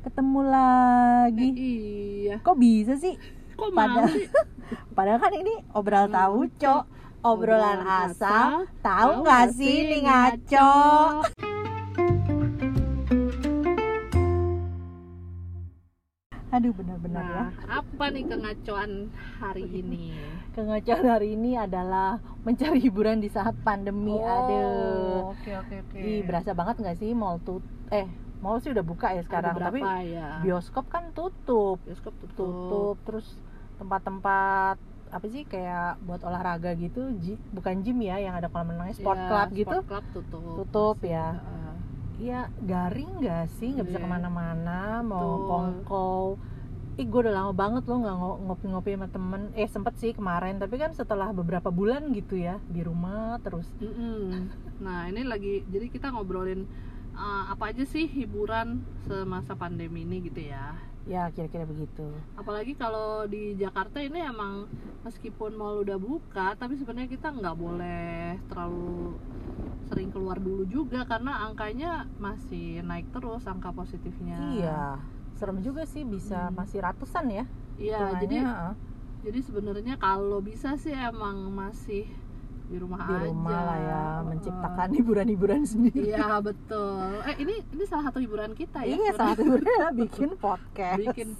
ketemu lagi. Iya. Kok bisa sih? Kok mau sih? Padahal kan ini obral tahu, Cok. Obrolan asal, tahu Tahu nggak nggak sih sih nih nih ngaco? Aduh, benar-benar ya. Nah, apa nih kengacoan hari ini? Kengacoan hari ini adalah mencari hiburan di saat pandemi. Aduh. Oke. Ih, berasa banget nggak sih mall mall sih udah buka ya sekarang, Ada tapi berapa ya? bioskop kan tutup. Bioskop Tutup. Terus tempat-tempat apa sih kayak buat olahraga gitu, bukan gym ya, yang ada kolam renangnya, sport Iya, club gitu. Sport club Tutup masih. ya. Iya, garing nggak sih, nggak bisa Iya. kemana-mana, mau Betul. kongkow. Gue udah lama banget loh nggak ngopi-ngopi sama temen. Sempet sih kemarin, tapi kan setelah beberapa bulan gitu ya, di rumah terus. Nah, ini lagi, jadi kita ngobrolin apa aja sih hiburan semasa pandemi ini gitu ya. Ya kira-kira begitu. Apalagi kalau di Jakarta ini emang meskipun mall udah buka, tapi sebenarnya kita nggak boleh terlalu sering keluar dulu juga karena angkanya masih naik terus, angka positifnya. Iya, serem juga sih, bisa masih ratusan ya. Iya, hitungannya. jadi sebenarnya kalau bisa sih emang masih di rumah aja. Lah ya, menciptakan hiburan-hiburan sendiri. Iya, betul. Ini salah satu hiburan kita ya. Iya, salah satunya bikin podcast.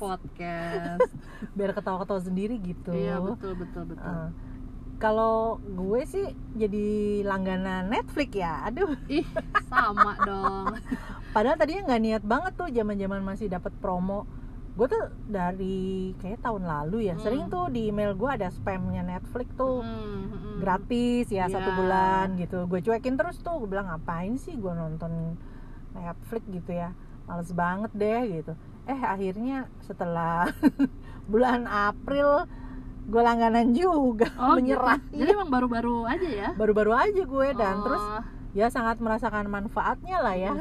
Biar ketawa-ketawa sendiri gitu. Iya, betul. Kalau gue sih jadi langganan Netflix ya. Aduh. Ih, sama dong. Padahal tadinya nggak niat banget tuh, zaman-zaman masih dapat promo. Gue tuh dari kayak tahun lalu ya, sering tuh di email gue ada spamnya Netflix tuh, gratis ya, 1 bulan gitu. Gue cuekin terus tuh, gue bilang ngapain sih gue nonton Netflix gitu ya, males banget deh gitu. Akhirnya setelah bulan April gue langganan juga. Menyerah gitu. Jadi emang baru-baru aja ya? Baru-baru aja gue, dan terus ya sangat merasakan manfaatnya lah ya.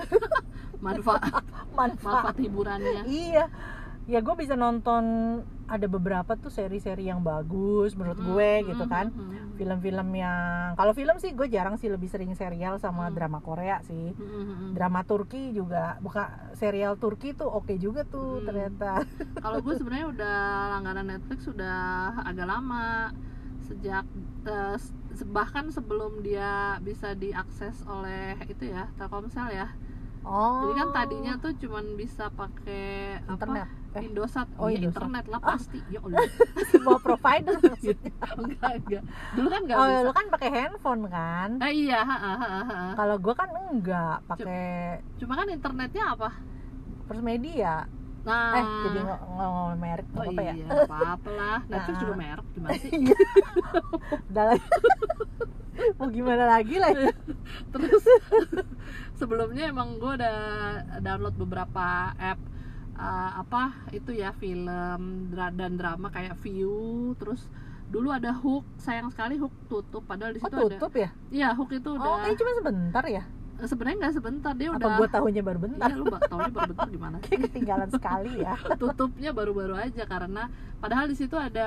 manfaat hiburannya. Iya ya, gue bisa nonton ada beberapa tuh seri-seri yang bagus menurut gue gitu kan. Film-film yang, kalau film sih gue jarang sih, lebih sering serial sama drama Korea sih. Drama Turki juga, bukan serial Turki tuh oke juga tuh ternyata. Kalau gue sebenarnya udah langganan Netflix sudah agak lama, sejak bahkan sebelum dia bisa diakses oleh itu ya, Telkomsel ya. Jadi kan tadinya tuh cuman bisa pakai internet, Indosat. Indosat. Internet lah pasti. Ya Allah. Semua provider maksudnya. Enggak. Dulu kan enggak bisa. Lu kan pakai handphone kan? Iya, Kalau gue kan enggak pakai. Cuma kan internetnya apa? First Media. Nah, jadi ngomong merek apa ya? Iya, apa-apa lah. Netflix juga merek, gimana sih? Udah lah. Mau gimana lagi lah ya? Terus sebelumnya emang gue udah download beberapa app itu ya, film dan drama kayak View. Terus dulu ada Hook, sayang sekali Hook tutup, padahal di situ ada. Tutup ya? Iya, Hook itu udah. Kayaknya cuma sebentar ya? Sebenarnya nggak sebentar, dia udah. Apa gue tahunya baru bentar? Iya, lu tahunya baru bentar gimana sih? Ketinggalan sekali ya. Tutupnya baru-baru aja, karena padahal di situ ada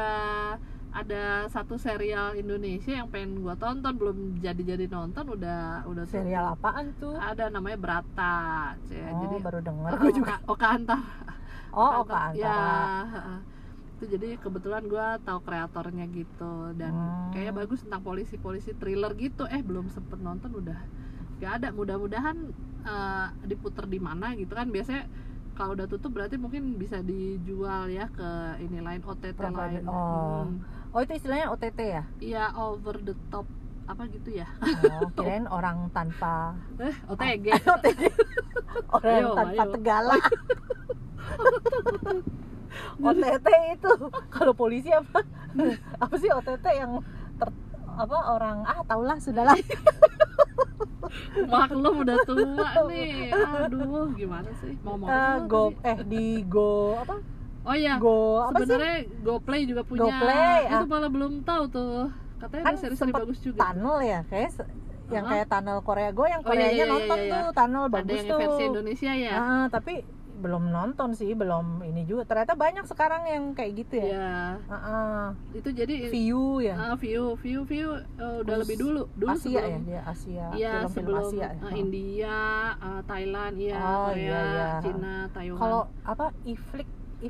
satu serial Indonesia yang pengen gua tonton, belum jadi nonton, udah serial apaan tuh? Ada namanya Brata. Jadi baru dengar. Aku juga Oka Antara. Oka Antara. Ya, itu jadi kebetulan gua tahu kreatornya gitu, dan kayaknya bagus, tentang polisi thriller gitu. Belum sempet nonton, udah gak ada. Mudah-mudahan diputer di mana gitu kan. Biasanya kalau udah tutup berarti mungkin bisa dijual ya ke ini lain, OTT lain. Itu istilahnya OTT ya? Iya, over the top apa gitu ya. Kirain orang tanpa OTG. Orang tanpa tegala. OTT itu kalau polisi apa? Apa sih OTT yang orang tahulah, sudahlah. Maklum udah tua nih. Aduh, gimana sih? Mau apa? Oh iya. Sebenarnya GoPlay juga punya. GoPlay, itu malah belum tahu tuh. Katanya kan ada seri-seri bagus juga. Tunnel ya, kayak yang kayak Tunnel Korea. Gue yang Koreanya nonton tuh Tunnel, bagus tuh. Ada yang versi Indonesia ya. Tapi belum nonton sih, belum ini juga. Ternyata banyak sekarang yang kayak gitu ya. Itu jadi View ya. View udah lebih dulu Asia sebelum, ya, dia Asia. Iya, Film-film sebelum Asia. India, Thailand, Korea, Cina, Taiwan. Kalau apa Iflix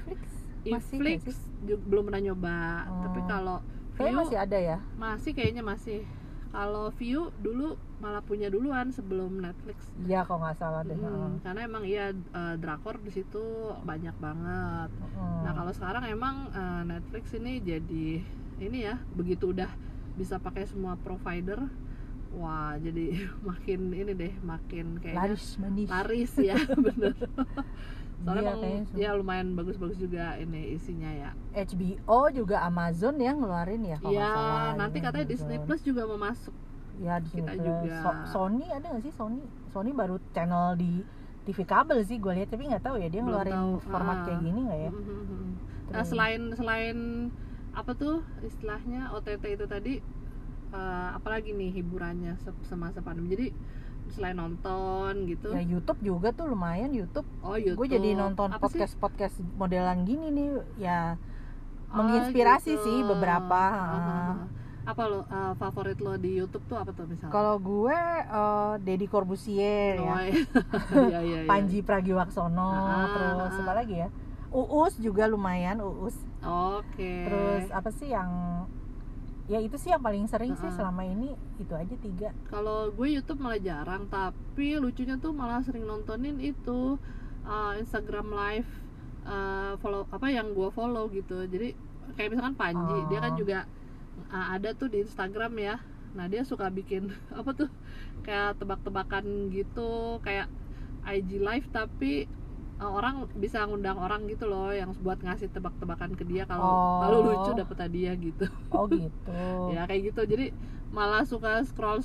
belum pernah nyoba. Tapi kalau View masih ada ya? Kayaknya masih. Kalau View dulu malah punya duluan sebelum Netflix. Iya, kalau nggak salah deh. Karena emang drakor di situ banyak banget. Nah, kalau sekarang emang Netflix ini jadi ini ya, begitu udah bisa pakai semua provider, wah jadi makin ini deh, makin kayaknya laris ya. Bener. Soalnya emang ya lumayan bagus-bagus juga ini isinya ya. HBO juga Amazon yang ngeluarin ya kalau nggak salah. Iya, nanti katanya Disney Plus juga mau masuk. Ya, Disney Plus juga. Sony ada nggak sih? Sony baru channel di TV kabel sih gue lihat, tapi nggak tahu ya dia ngeluarin format kayak gini nggak ya. Nah, selain apa tuh istilahnya OTT itu tadi, apalagi nih hiburannya semasa pandemi. Jadi selain nonton gitu ya, YouTube juga tuh lumayan. YouTube gue jadi nonton podcast modelan gini nih ya, menginspirasi gitu sih beberapa. Apa lo favorit lo di YouTube tuh apa tuh misalnya? Kalau gue Deddy Corbuzier ya. Iya. Panji Pragiwaksono, terus apa lagi ya? Uus juga lumayan, Uus. Oke. Terus apa sih yang ya itu sih yang paling sering sih selama ini, itu aja 3. Kalau gue YouTube malah jarang, tapi lucunya tuh malah sering nontonin itu Instagram live, follow apa yang gue follow gitu. Jadi kayak misalkan Panji, dia kan juga ada tuh di Instagram ya. Nah, dia suka bikin apa tuh kayak tebak-tebakan gitu, kayak IG live tapi orang bisa ngundang orang gitu loh yang buat ngasih tebak-tebakan ke dia, kalau lucu dapet hadiah gitu. Gitu. Ya kayak gitu. Jadi malah suka scroll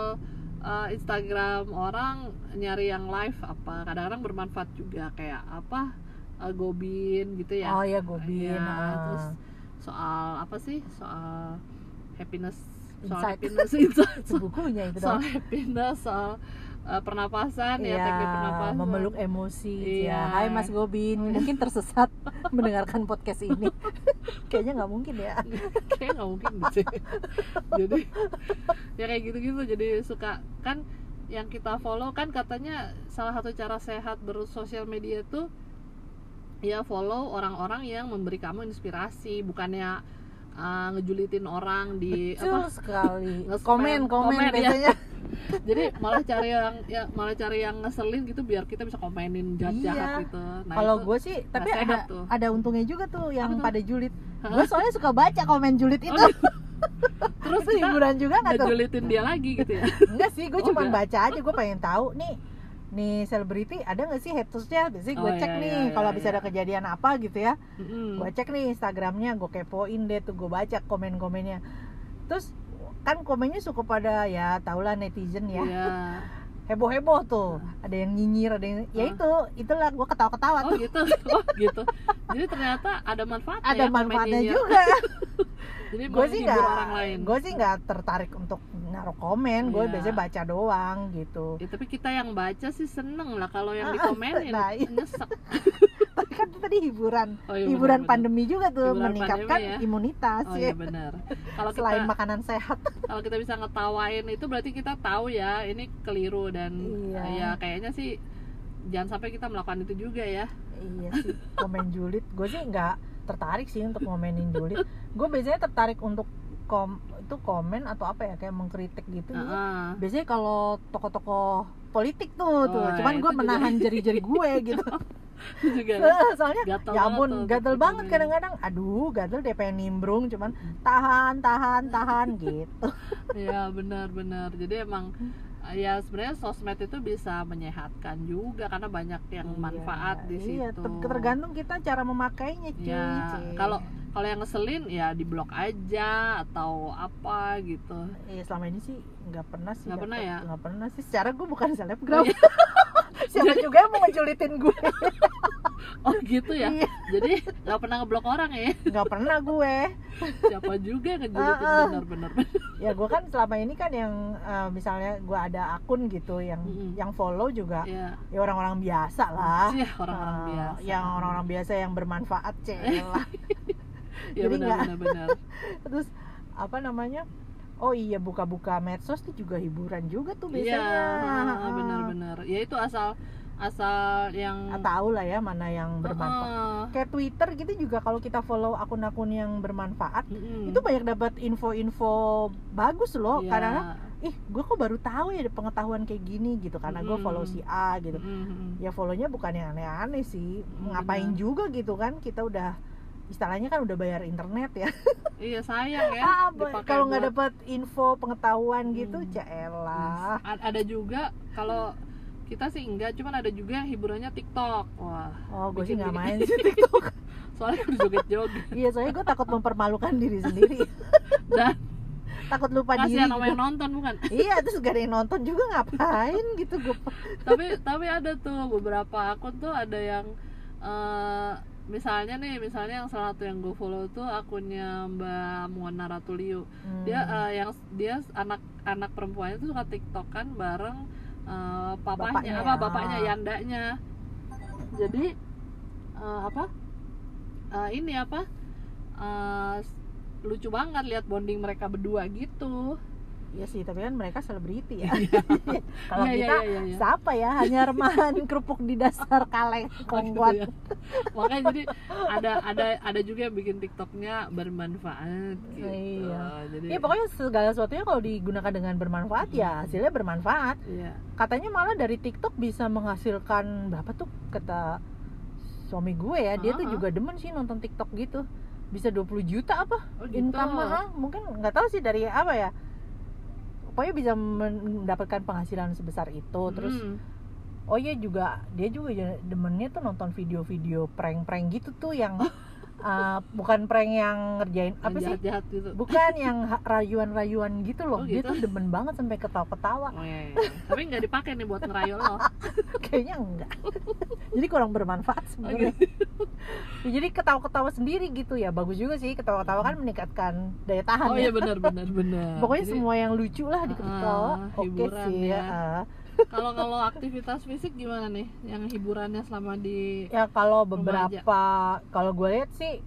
Instagram orang nyari yang live apa, kadang-kadang bermanfaat juga kayak apa Gobin gitu ya. Gobin. Terus soal apa sih, soal happiness Insight. Bukunya itu soal happiness, soal pernapasan ya, teknik pernapasan, memeluk emosi. Hai Mas Gobin, mungkin tersesat mendengarkan podcast ini. Kayaknya nggak mungkin ya. Kayaknya nggak mungkin sih. Jadi ya kayak gitu-gitu. Jadi suka kan yang kita follow kan, katanya salah satu cara sehat bersosial media tuh ya follow orang-orang yang memberi kamu inspirasi, bukannya ngejulitin orang di Betul sekali. komen biasanya. Jadi malah cari yang ngeselin gitu biar kita bisa komenin jahat gitu. Nah, kalau gue sih tapi ada untungnya juga tuh yang pada julid. Gue soalnya suka baca komen julid itu. Terus itu hiburan juga nggak tuh? Julitin dia lagi gitu ya? Enggak sih, gue cuma baca aja. Gue pengen tahu nih selebriti ada nggak sih hatersnya. Biasanya gue cek kalau bisa ada kejadian apa gitu ya. Gue cek nih Instagramnya, gue kepoin deh tuh, gue baca komen-komennya. Terus kan komennya suka pada ya taulah netizen ya. Heboh-heboh tuh, ada yang nyinyir, ada yang ya itulah gue ketawa-ketawa tuh. Gitu. Jadi ternyata ada manfaatnya. Manfaatnya juga. Jadi gue sih nggak tertarik untuk naruh komen. Gue biasanya baca doang gitu. Ya, tapi kita yang baca sih seneng lah kalau yang dikomenin. Nyesek. Tapi kan tadi hiburan bener. Pandemi juga tuh, hiburan meningkatkan imunitas ya. Benar. Kalau selain makanan sehat. Kalau kita bisa ngetawain itu berarti kita tahu ya ini keliru, dan ya kayaknya sih jangan sampai kita melakukan itu juga ya. Iya sih, komen julid gue sih nggak tertarik sih untuk ngomenin julid. Gue biasanya tertarik untuk komen atau apa ya, kayak mengkritik gitu. Biasanya kalau tokoh-tokoh politik tuh cuman gue menahan jari-jari gue gitu. Soalnya gatel ya ampun, gatel banget kadang-kadang. Aduh, gatel deh, pengen nimbrung, cuman tahan gitu. Iya, benar. Jadi emang ya sebenarnya sosmed itu bisa menyehatkan juga karena banyak yang manfaat di situ. Tergantung kita cara memakainya, cuy. Kalau yang ngeselin ya diblok aja atau apa gitu. Selama ini sih nggak pernah sih. Secara gue bukan selebgram. Siapa juga yang mau ngejulitin gue. Oh gitu ya. Iya. Jadi nggak pernah ngeblok orang ya. Nggak pernah gue. Siapa juga ngejulitin, benar-benar. Ya gue kan selama ini kan yang misalnya gue ada akun gitu yang follow juga ya orang-orang biasa lah. Iya, orang-orang biasa. Yang orang-orang biasa yang bermanfaat lah. Ya, jadi nggak. Benar. Terus apa namanya? Oh iya, buka-buka medsos tuh juga hiburan juga tuh biasanya. Iya, benar-benar. Ya itu asal yang tahu lah ya mana yang bermanfaat. Kayak Twitter gitu juga, kalau kita follow akun-akun yang bermanfaat, itu banyak dapat info-info bagus loh. Karena gue kok baru tahu ya ada pengetahuan kayak gini gitu, karena gue follow si A gitu. Ya follownya bukan yang aneh-aneh sih. Ngapain juga gitu kan, kita udah istilahnya kan udah bayar internet ya. Iya, sayang ya. Kalau nggak dapat info pengetahuan gitu, caelah. Ada juga, kalau kita sih enggak, cuman ada juga yang hiburannya TikTok. Wah. Oh, gue sih nggak main sih TikTok. Soalnya harus joget-joget. Iya, soalnya gue takut mempermalukan diri sendiri. Dan takut lupa diri. Kasihan sama yang nonton, bukan? Iya, terus gak ada yang nonton juga, ngapain gitu gue. Tapi ada tuh beberapa akun tuh ada yang misalnya yang salah satu yang gue follow tuh akunnya Mbak Mona Ratuliu. Dia anak perempuannya tuh suka TikTokan bareng bapaknya Yandanya. Jadi lucu banget lihat bonding mereka berdua gitu. Iya sih, tapi kan mereka selebriti ya. Kalau kita siapa ya, hanya remahan kerupuk di dasar kaleng kongguan. Gitu ya. Makanya jadi ada juga yang bikin TikToknya bermanfaat gitu. Iya. Jadi pokoknya segala sesuatunya kalau digunakan dengan bermanfaat ya hasilnya bermanfaat. Iya. Katanya malah dari TikTok bisa menghasilkan berapa tuh, kata suami gue ya, dia tuh juga demen sih nonton TikTok gitu. Bisa 20 juta apa? Gitu. Income mungkin nggak tahu sih dari apa ya. Pokoknya bisa mendapatkan penghasilan sebesar itu. Terus oh iya juga, dia juga demennya tuh nonton video-video prank-prank gitu tuh yang bukan prank yang ngerjain apa sih? Jahat-jahat gitu. Bukan yang rayuan-rayuan gitu loh. Oh, gitu? Dia tuh demen banget sampai ketawa-ketawa. Oh, iya. Tapi nggak dipakai nih buat ngerayu lo. Kayaknya enggak. Jadi kurang bermanfaat sebenarnya. Ya, jadi ketawa-ketawa sendiri gitu ya, bagus juga sih. Ketawa-ketawa kan meningkatkan daya tahan. Oh iya, benar. Pokoknya jadi, semua yang lucu lah diketawa. Oke sih ya. Kalau aktivitas fisik gimana nih yang hiburannya selama di ya? Kalau beberapa, kalau gue lihat sih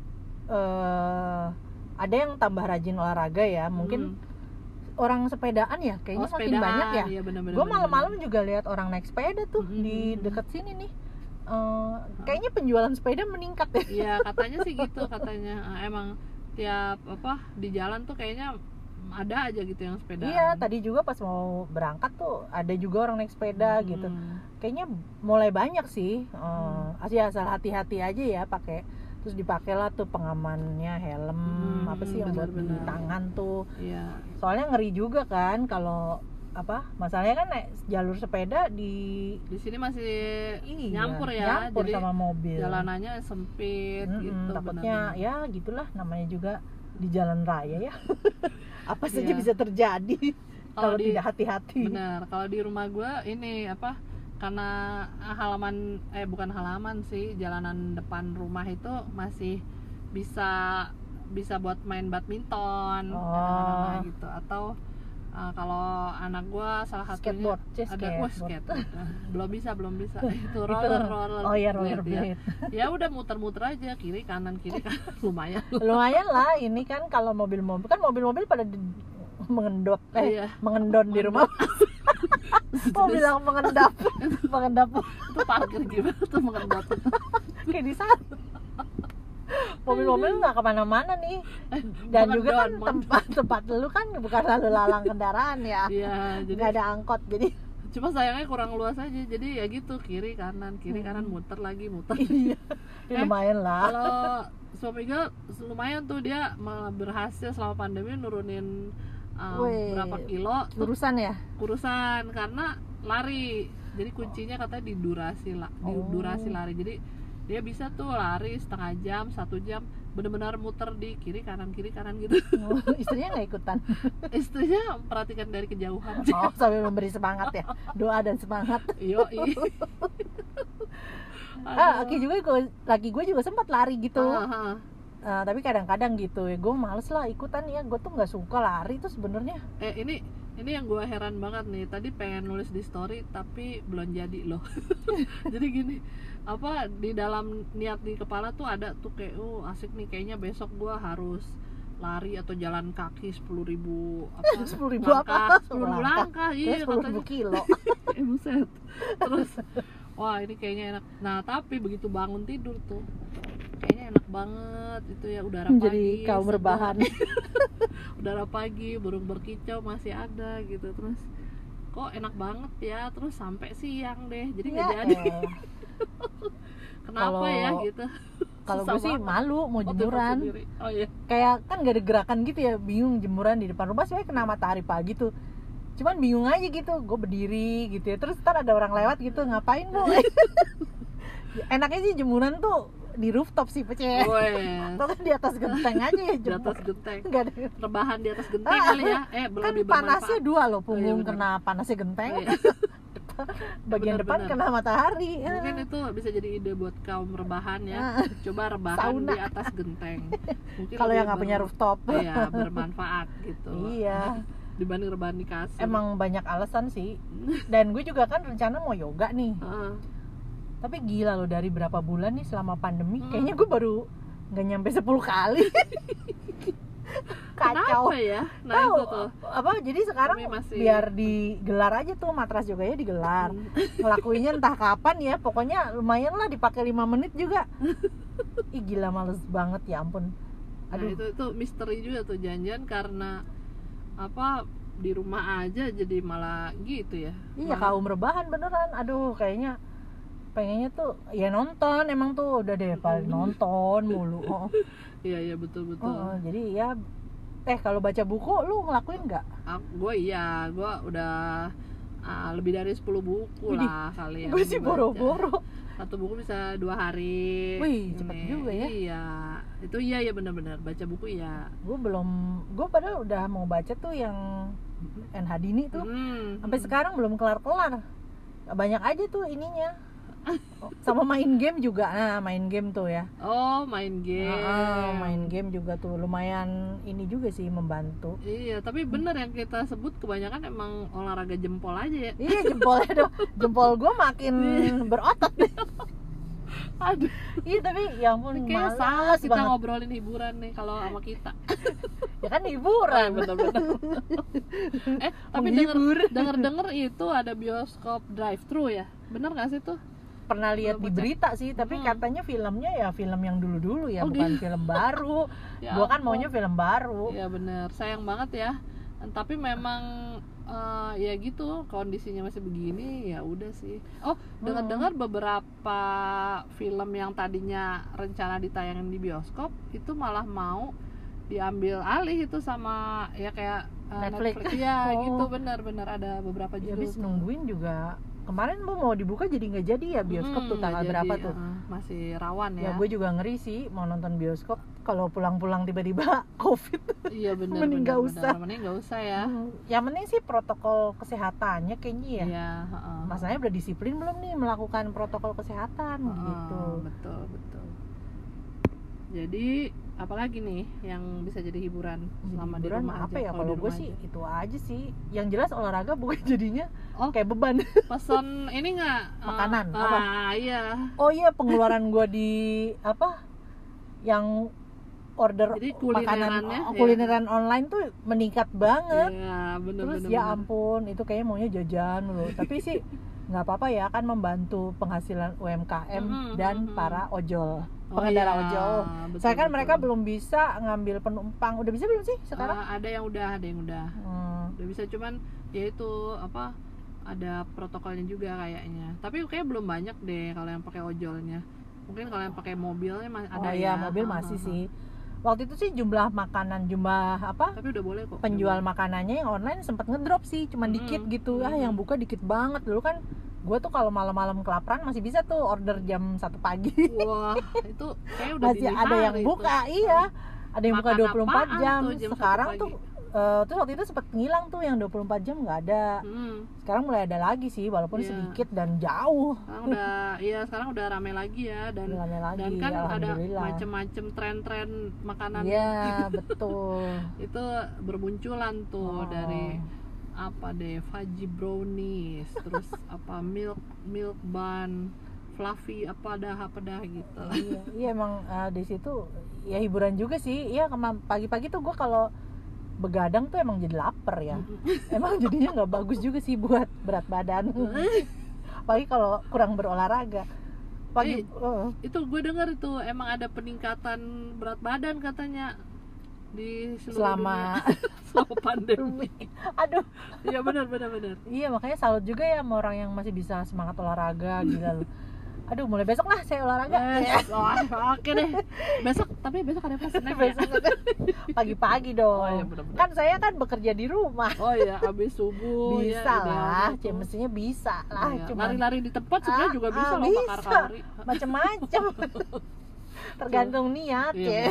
ada yang tambah rajin olahraga ya. Mungkin orang sepedaan ya, kayaknya makin banyak ya. Iya, gue malam-malam juga lihat orang naik sepeda tuh di dekat sini nih. Kayaknya penjualan sepeda meningkat ya. Iya, katanya sih gitu, katanya emang tiap di jalan tuh kayaknya ada aja gitu yang sepedaan. Iya, tadi juga pas mau berangkat tuh ada juga orang naik sepeda gitu. Kayaknya mulai banyak sih. Asal hati-hati aja ya pakai. Terus dipakailah tuh pengamannya, helm, apa sih yang buat di tangan tuh. Iya. Soalnya ngeri juga kan kalau masalahnya kan naik jalur sepeda di sini masih nyampur jadi sama mobil. Jalanannya sempit gitu. Takutnya ya gitulah, namanya juga di jalan raya ya. Apa saja bisa terjadi kalau tidak hati-hati. Benar. Kalau di rumah gue ini karena bukan halaman sih, jalanan depan rumah itu masih bisa buat main badminton gitu, atau kalau anak gue salah satunya ada skate. belum bisa itu roller oh ya, roller blade ya udah muter-muter aja kiri kanan lumayan lah. Ini kan kalau mobil-mobil pada mengendon di rumah. Mau bilang mengendap itu parkir gimana tuh mengendap kayak di sana. Mobil-mobil nggak kemana-mana nih, dan juga kan tempat lu kan bukan lalu lalang kendaraan ya. Iya, jadi nggak ada angkot, jadi cuma sayangnya kurang luas aja, jadi ya gitu kiri kanan muter. Iya, lumayan lah. Kalau suami gue lumayan tuh, dia malah berhasil selama pandemi nurunin berapa kilo kurusan karena lari. Jadi kuncinya katanya di durasi lari. Jadi dia bisa tuh lari setengah jam, 1 jam, benar-benar muter di kiri kanan gitu. Istrinya nggak ikutan? Istrinya perhatikan dari kejauhan. Sambil memberi semangat ya, doa dan semangat. Yoi. laki gue juga sempat lari gitu. Tapi kadang-kadang gitu ya gue males lah ikutan ya, gue tuh nggak suka lari tuh sebenarnya. Ini yang gue heran banget nih, tadi pengen nulis di story tapi belum jadi loh. Jadi gini, apa di dalam niat di kepala tuh ada tuh kayak asik nih kayaknya besok gue harus lari atau jalan kaki 10.000 langkah, 10.000 langkah, iya 10.000 kilo. Buset. Terus wah ini kayaknya enak. Nah tapi begitu bangun tidur tuh kayaknya enak banget itu ya, udara pagi jadi kaum rebahan. Udara pagi, burung berkicau masih ada gitu, terus kok enak banget ya, terus sampai siang deh jadi nggak jadi. Kenapa ya gitu. Kalau gue sih malu mau jemuran. Oh iya. Kayak kan gak ada gerakan gitu ya, bingung jemuran di depan rumah. Sebenarnya kena matahari pagi tuh, cuman bingung aja gitu. Gue berdiri gitu ya, terus ntar ada orang lewat gitu, ngapain bu? Enaknya sih jemuran tuh di rooftop sih pece. Atau kan di atas genteng aja ya jemur. Di atas genteng. Gak ada rebahan di atas genteng kali ya. Kan panasnya dua loh, punggung kena panasnya genteng. Bagian depan kena matahari. Mungkin itu bisa jadi ide buat kaum rebahan ya. Coba rebahan di atas genteng. Kalau yang nggak punya rooftop. Iya, bermanfaat gitu. Iya. Dibanding rebahan di kasur. Emang banyak alasan sih. Dan gue juga kan rencana mau yoga nih. Tapi gila loh, dari berapa bulan nih selama pandemi, kayaknya gue baru nggak nyampe 10 kali. Kacau. Kenapa ya? Nah itu tuh. Jadi sekarang biar digelar aja tuh matras yoganya digelar. Ngelakuinnya entah kapan ya, pokoknya lumayan lah dipakai 5 menit juga. Ih gila, males banget ya ampun. Aduh. Nah itu misteri juga tuh, janjian karena di rumah aja jadi malah gitu ya. Iya, kaum rebahan beneran. Aduh kayaknya pengennya tuh ya nonton, emang tuh udah deh paling nonton mulu. Iya betul. Jadi ya kalau baca buku lu ngelakuin nggak? Gue udah lebih dari 10 buku lah kali ya. Gue sih boro-boro. Satu buku bisa 2 hari. Wih cepet juga ya. Iya itu iya benar-benar baca buku ya. Gue padahal udah mau baca tuh yang NH Dini tuh. Sampai sekarang belum kelar-kelar. Banyak aja tuh ininya. Sama main game juga. Nah main game tuh ya. Main game. Main game juga tuh lumayan ini juga sih, membantu. Iya tapi bener yang kita sebut kebanyakan emang olahraga jempol aja ya. Iya jempolnya dong. Jempol gue makin berotot nih. Aduh. Iya tapi ya ampun, kayak salah kita banget ngobrolin hiburan nih kalau sama kita. Ya kan hiburan. Bener-bener. Tapi denger itu ada bioskop drive-thru ya. Bener gak sih tuh? Pernah lihat di berita sih, tapi katanya filmnya ya film yang dulu-dulu ya, bukan film baru. Ya gua kan maunya film baru. Iya bener, sayang banget ya. Tapi memang ya gitu, kondisinya masih begini ya udah sih. Dengar-dengar beberapa film yang tadinya rencana ditayangin di bioskop itu malah mau diambil alih itu sama ya kayak Netflix. Ya gitu, benar ada beberapa juga. Habis nungguin juga. Kemarin mau dibuka jadi nggak jadi ya bioskop tuh, tanggal berapa tuh? Masih rawan ya. Ya gue juga ngeri sih mau nonton bioskop kalau pulang-pulang tiba-tiba COVID. Iya benar. Mending nggak usah ya. Yang penting sih protokol kesehatannya kayaknya ya. Iya. Masanya udah disiplin belum nih melakukan protokol kesehatan gitu. Betul. Jadi apalagi nih yang bisa jadi hiburan selama di rumah apa aja? Ya kalau gue sih itu aja sih. Yang jelas olahraga bukan jadinya kayak beban. Pesan ini nggak makanan apa? Iya. Oh iya, pengeluaran gue di yang order makanan kulineran online tuh meningkat banget. Iya, bener. Terus ya ampun, itu kayaknya maunya jajan loh. Tapi sih nggak apa-apa ya, kan membantu penghasilan UMKM dan para ojol. Pengendara ojol. Saya kan mereka belum bisa ngambil penumpang. Udah bisa belum sih sekarang? Ada yang udah. Udah bisa, cuman ya itu ada protokolnya juga kayaknya. Tapi kayak belum banyak deh kalau yang pakai ojolnya. Mungkin kalau yang pakai mobilnya ada ya. Mobil masih sih. Waktu itu sih jumlah tapi udah boleh kok. Penjual makanannya yang online sempat ngedrop sih, cuman dikit gitu. Yang buka dikit banget. Dulu kan gue tuh kalau malam-malam kelaparan masih bisa tuh order jam 1 pagi. Wah, itu kayak udah masih ada yang buka, iya. Ada yang buka 24 jam. Sekarang tuh Terus waktu itu sempat ngilang tuh yang 24 jam nggak ada. Sekarang mulai ada lagi sih, walaupun sedikit dan jauh. Sekarang udah rame lagi ya, dan kan ada macem-macem tren-tren makanan. Iya, betul. Itu bermunculan tuh dari fudgy brownies, terus milk bun, fluffy apa dah gitu. Iya emang di situ ya hiburan juga sih. Iya, pagi-pagi tuh gue kalau begadang tuh emang jadi lapar ya. Emang jadinya nggak bagus juga sih buat berat badan. Apalagi kalau kurang berolahraga. Itu gue dengar itu emang ada peningkatan berat badan katanya di selama pandemi. Aduh. Iya benar. Iya, makanya salut juga ya sama orang yang masih bisa semangat olahraga, gila loh. Aduh, mulai besok lah saya olahraga. Oke deh. Besok ada pas snack ya? Pagi-pagi dong. Bener. Kan saya kan bekerja di rumah. Habis subuh. Bisa lah, mestinya bisa lah. Cuma lari-lari di tempat sebenarnya juga bisa loh, bakar kalori. Macem-macem. Tergantung niat ya.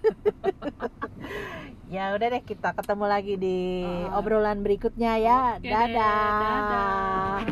Ya udah deh, kita ketemu lagi di obrolan berikutnya ya. Dadah.